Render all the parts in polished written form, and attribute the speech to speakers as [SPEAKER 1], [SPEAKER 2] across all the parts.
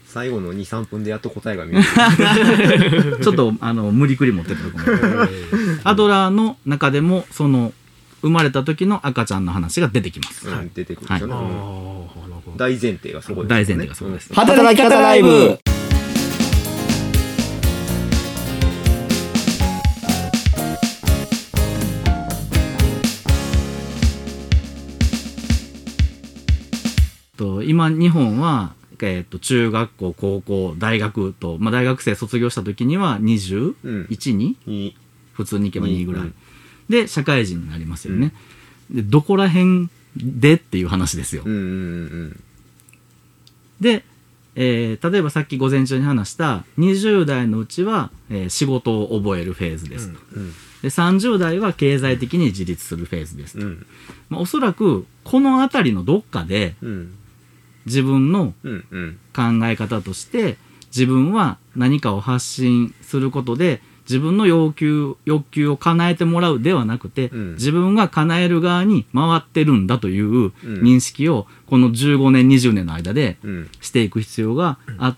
[SPEAKER 1] 最後の 2,3 分でやっと答えが見える
[SPEAKER 2] ちょっと無理くり持ってたところアドラーの中でもその生まれた時の赤ちゃんの話が出てきます、
[SPEAKER 1] 出てくるんですよね、大前提がそこですね。
[SPEAKER 2] 大前提がそうです、
[SPEAKER 3] 働き方ライブ。
[SPEAKER 2] 今日本は、中学校高校大学と、大学生卒業した時には21、2普通に行けば2ぐらい、で社会人になりますよね、でどこら辺でっていう話ですよ、で、例えばさっき午前中に話した20代のうちは、仕事を覚えるフェーズですと、で30代は経済的に自立するフェーズですと、おそらくこの辺りのどっかで、自分の考え方として自分は何かを発信することで自分の欲求を叶えてもらうではなくて、自分が叶える側に回ってるんだという認識をこの15年20年の間でしていく必要があって、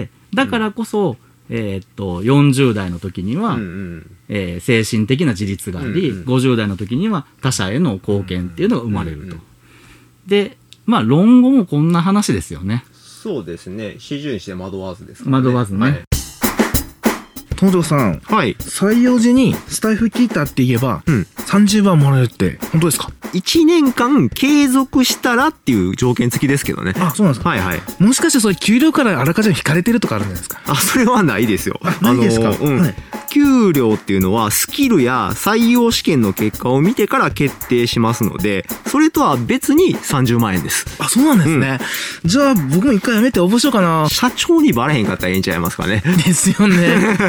[SPEAKER 2] だからこそ、40代の時には、精神的な自立があり、50代の時には他者への貢献っていうのが生まれると。で論語もこんな話ですよね。
[SPEAKER 1] そうですね。四十にして惑わずですからね。
[SPEAKER 2] 惑わずね。
[SPEAKER 4] 東條さん、採用時にスタイフ聞いたって言えば、30万もらえるって本当ですか
[SPEAKER 3] ？1年間継続したらっていう条件付きですけどね。
[SPEAKER 4] あ、そうなんですか。もしかしてそれ給料からあらかじめ引かれてるとかあるんじゃないですか？
[SPEAKER 3] あ、それはないですよ。
[SPEAKER 4] ないですか？
[SPEAKER 3] 給料っていうのはスキルや採用試験の結果を見てから決定しますので、それとは別に30万円です。
[SPEAKER 4] あ、そうなんですね。じゃあ僕も一回やめて応募しようかな。
[SPEAKER 3] 社長にバレへんかったらええんちゃいますかね。
[SPEAKER 4] ですよね。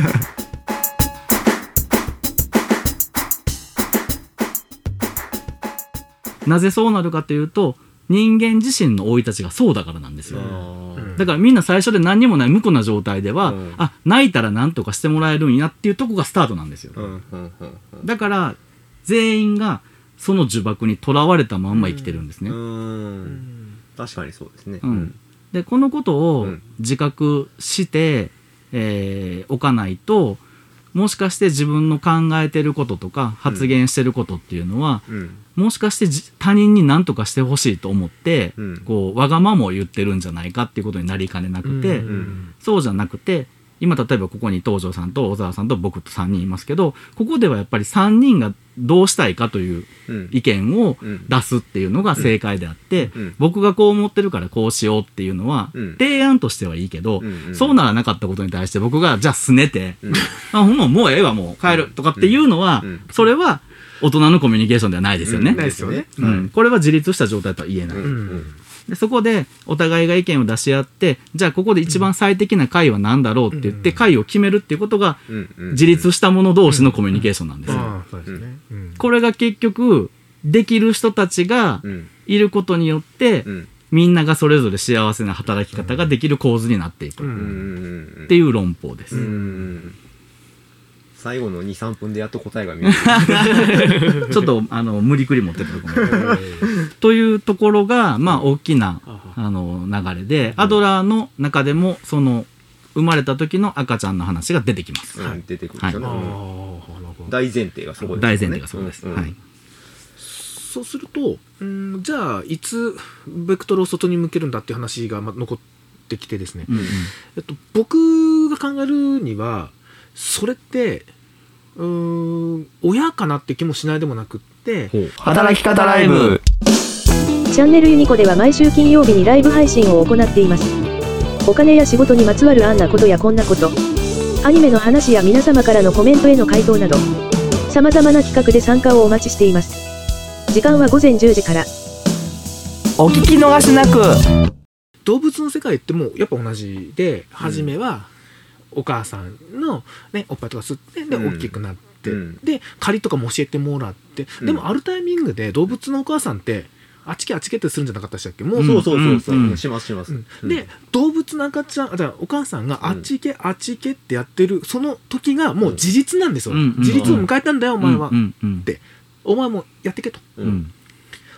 [SPEAKER 2] なぜそうなるかというと、人間自身の生い立ちがそうだからなんですよ。だからみんな最初で何にもない無垢な状態では、泣いたら何とかしてもらえるんやっていうとこがスタートなんですよ。だから全員がその呪縛にとらわれたまんま生きてるんですね。
[SPEAKER 1] 確かにそうですね。
[SPEAKER 2] でこのことを自覚しておかないと、もしかして自分の考えてることとか発言してることっていうのは、もしかして他人に何とかしてほしいと思って、こうわがままを言ってるんじゃないかっていうことになりかねなくて、そうじゃなくて、今例えばここに東條さんと小沢さんと僕と3人いますけど、ここではやっぱり3人がどうしたいかという意見を出すっていうのが正解であって、僕がこう思ってるからこうしようっていうのは提案としてはいいけど、そうならなかったことに対して僕がじゃあすねて、もうええわもう帰るとかっていうのは、それは大人のコミュニケーションではないですよね。これは自立した状態とは言えない。でそこでお互いが意見を出し合って、じゃあここで一番最適な解は何だろうって言って解を決めるっていうことが自立した者同士のコミュニケーションなんですよ。これが結局できる人たちがいることによって、みんながそれぞれ幸せな働き方ができる構図になっていくっていう論法です。
[SPEAKER 1] 最後の 2,3 分でやっと答えが見える。
[SPEAKER 2] ちょっと無理くり持ってたところというところが大きな流れで、アドラーの中でもその生まれた時の赤ちゃんの話が出てきます。
[SPEAKER 1] 出てくるんですよね。大前提がそこですね。
[SPEAKER 2] 大前提がそうです。
[SPEAKER 4] そうすると、じゃあいつベクトルを外に向けるんだっていう話が残ってきてですね、僕が考えるにはそれって親かなって気もしないでもなくって、
[SPEAKER 3] 働き方ライブ。
[SPEAKER 5] チャンネルユニコでは毎週金曜日にライブ配信を行っています。お金や仕事にまつわるあんなことやこんなこと、アニメの話や皆様からのコメントへの回答など、様々な企画で参加をお待ちしています。時間は午前10時から。
[SPEAKER 3] お聞き逃しなく。
[SPEAKER 4] 動物の世界ってもやっぱ同じで、初めはお母さんの、おっぱいとか吸ってで大きくなって、で狩りとかも教えてもらって、でもあるタイミングで動物のお母さんってあちけあちけってするんじゃなかったでしたっけ？もう
[SPEAKER 1] そうしますします。
[SPEAKER 4] で動物の赤ちゃん、お母さんがあちけあちけってやってるその時がもう自立なんですよ。自立を迎えたんだよお前はって、お前もやってけと。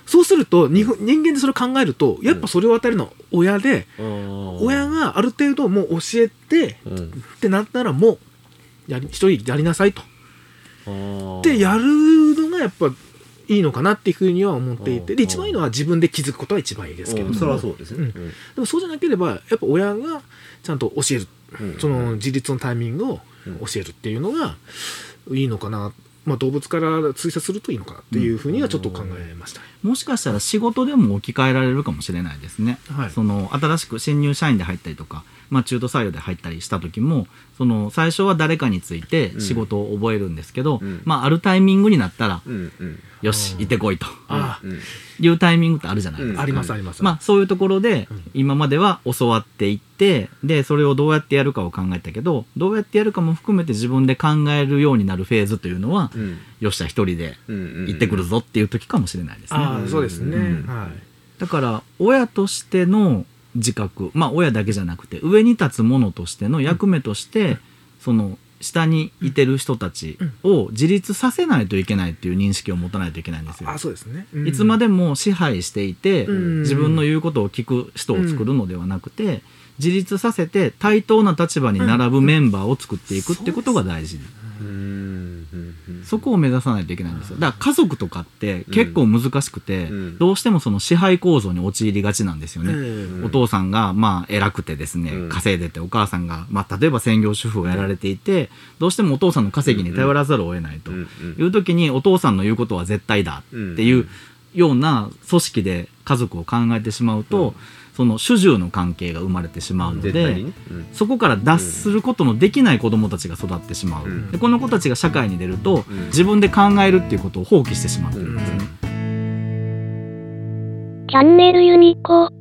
[SPEAKER 4] そうすると人間でそれを考えるとやっぱそれを与えるのは親で、親がある程度もう教えて、ってなったらもう一人やりなさいとでやるのがやっぱいいのかなっていうふうには思っていて、で一番いいのは自分で気づくことは一番いいですけども、
[SPEAKER 1] それはそうですね、
[SPEAKER 4] でもそうじゃなければやっぱ親がちゃんと教える、その自立のタイミングを教えるっていうのがいいのかな、動物から推察するといいのかなっていうふうにはちょっと考えました、
[SPEAKER 2] もしかしたら仕事でも置き換えられるかもしれないですね、その新しく新入社員で入ったりとか、中途採用で入ったりした時もその最初は誰かについて仕事を覚えるんですけど、あるタイミングになったら、よし行ってこいというタイミングってあるじゃないですか、
[SPEAKER 4] ありますあります、
[SPEAKER 2] そういうところで今までは教わっていってでそれをどうやってやるかを考えたけど、どうやってやるかも含めて自分で考えるようになるフェーズというのは、よっしゃ一人で行ってくるぞっていう時かもしれないですね。
[SPEAKER 4] そうですね、
[SPEAKER 2] だから親としての自覚、親だけじゃなくて上に立つ者としての役目として、その下にいてる人たちを自立させないといけないっていう認識を持たないといけないんですよ。
[SPEAKER 4] そうですね、
[SPEAKER 2] いつまでも支配していて、自分の言うことを聞く人を作るのではなくて、自立させて対等な立場に並ぶメンバーを作っていくってことが大事、そこを目指さないといけないんですよ。だから家族とかって結構難しくて、どうしてもその支配構造に陥りがちなんですよね、お父さんが偉くてですね、稼いでて、お母さんが例えば専業主婦をやられていて、どうしてもお父さんの稼ぎに頼らざるを得ないという時に、お父さんの言うことは絶対だっていうような組織で家族を考えてしまうと、その主従の関係が生まれてしまうので、そこから脱することのできない子どもたちが育ってしまう、でこの子たちが社会に出ると、自分で考えるっていうことを放棄してしまってるんですね。
[SPEAKER 6] チャンネルユニコ。